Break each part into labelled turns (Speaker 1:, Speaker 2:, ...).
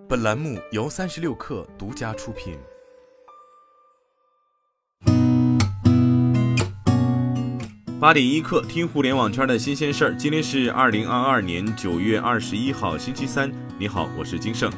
Speaker 1: 本栏目由36氪独家出品。
Speaker 2: 8点1刻，听互联网圈的新鲜事儿。今天是2022年9月21号，星期三。你好，我是金盛。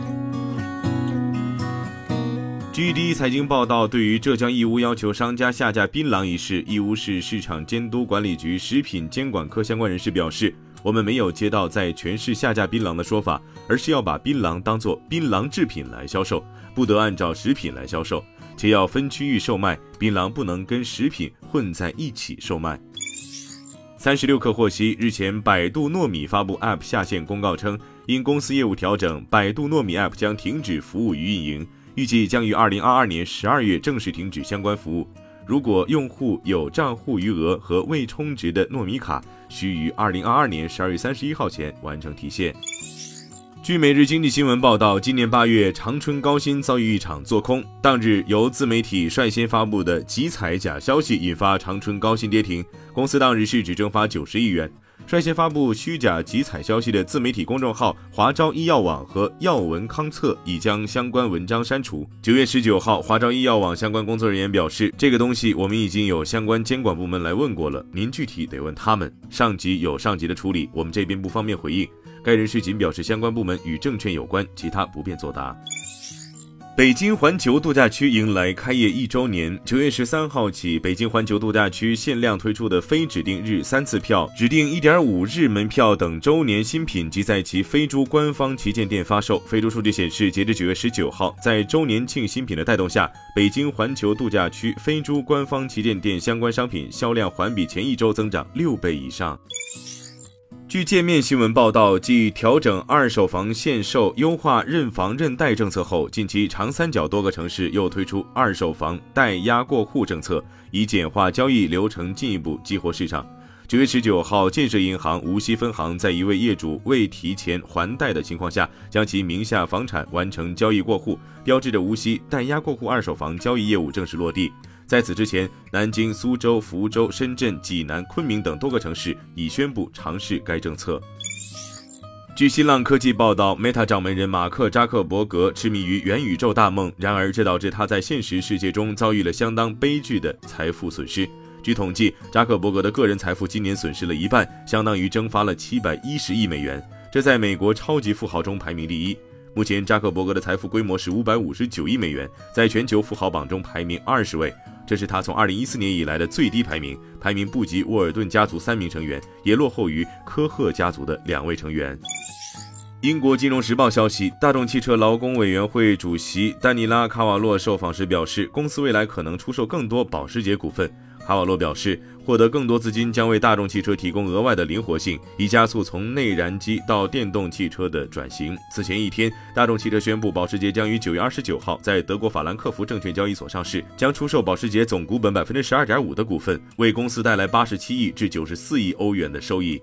Speaker 2: 据第一财经报道，对于浙江义乌要求商家下架槟榔一事，义乌市市场监督管理局食品监管科相关人士表示，我们没有接到在全市下架槟榔的说法，而是要把槟榔当作槟榔制品来销售，不得按照食品来销售，且要分区域售卖，槟榔不能跟食品混在一起售卖。36氪获悉，日前百度糯米发布 App 下线公告称，因公司业务调整，百度糯米 App 将停止服务与运营，预计将于2022年12月正式停止相关服务。如果用户有账户余额和未充值的糯米卡，需于2022年12月31号前完成提现。据每日经济新闻报道，今年8月，长春高新遭遇一场做空，当日由自媒体率先发布的集采假消息引发长春高新跌停，公司当日市值蒸发90亿元。率先发布虚假集采消息的自媒体公众号华招医药网和药文康策已将相关文章删除。9月19号，华招医药网相关工作人员表示，这个东西我们已经有相关监管部门来问过了，您具体得问他们，上级有上级的处理，我们这边不方便回应。该人士仅表示相关部门与证券有关，其他不便作答。北京环球度假区迎来开业1周年，9月13号起，北京环球度假区限量推出的非指定日3次票、指定1.5日门票等周年新品即在其飞猪官方旗舰店发售。飞猪数据显示，截至9月19号，在周年庆新品的带动下，北京环球度假区飞猪官方旗舰店相关商品销量环比前一周增长6倍以上。据界面新闻报道，继调整二手房限售、优化认房认贷政策后，近期长三角多个城市又推出二手房代押过户政策，以简化交易流程，进一步激活市场。9月19号，建设银行无锡分行在一位业主未提前还贷的情况下，将其名下房产完成交易过户，标志着无锡代押过户二手房交易业务正式落地。在此之前，南京、苏州、福州、深圳、济南、昆明等多个城市已宣布尝试该政策。据新浪科技报道， Meta 掌门人马克·扎克伯格痴迷于元宇宙大梦，然而这导致他在现实世界中遭遇了相当悲剧的财富损失。据统计，扎克伯格的个人财富今年损失了一半，相当于蒸发了710亿美元，这在美国超级富豪中排名第一。目前扎克伯格的财富规模是559亿美元，在全球富豪榜中排名20位，这是他从2014年以来的最低排名，排名不及沃尔顿家族3名成员，也落后于科赫家族的2位成员。英国金融时报消息，大众汽车劳工委员会主席丹尼拉·卡瓦洛受访时表示，公司未来可能出售更多保时捷股份。卡瓦洛表示，获得更多资金将为大众汽车提供额外的灵活性，以加速从内燃机到电动汽车的转型。此前一天，大众汽车宣布，保时捷将于9月29号在德国法兰克福证券交易所上市，将出售保时捷总股本12.5%的股份，为公司带来87亿至94亿欧元的收益。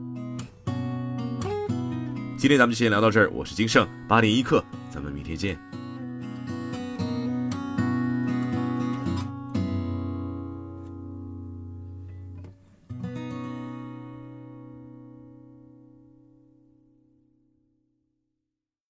Speaker 2: 今天咱们就先聊到这儿，我是金盛，8点1刻，咱们明天见。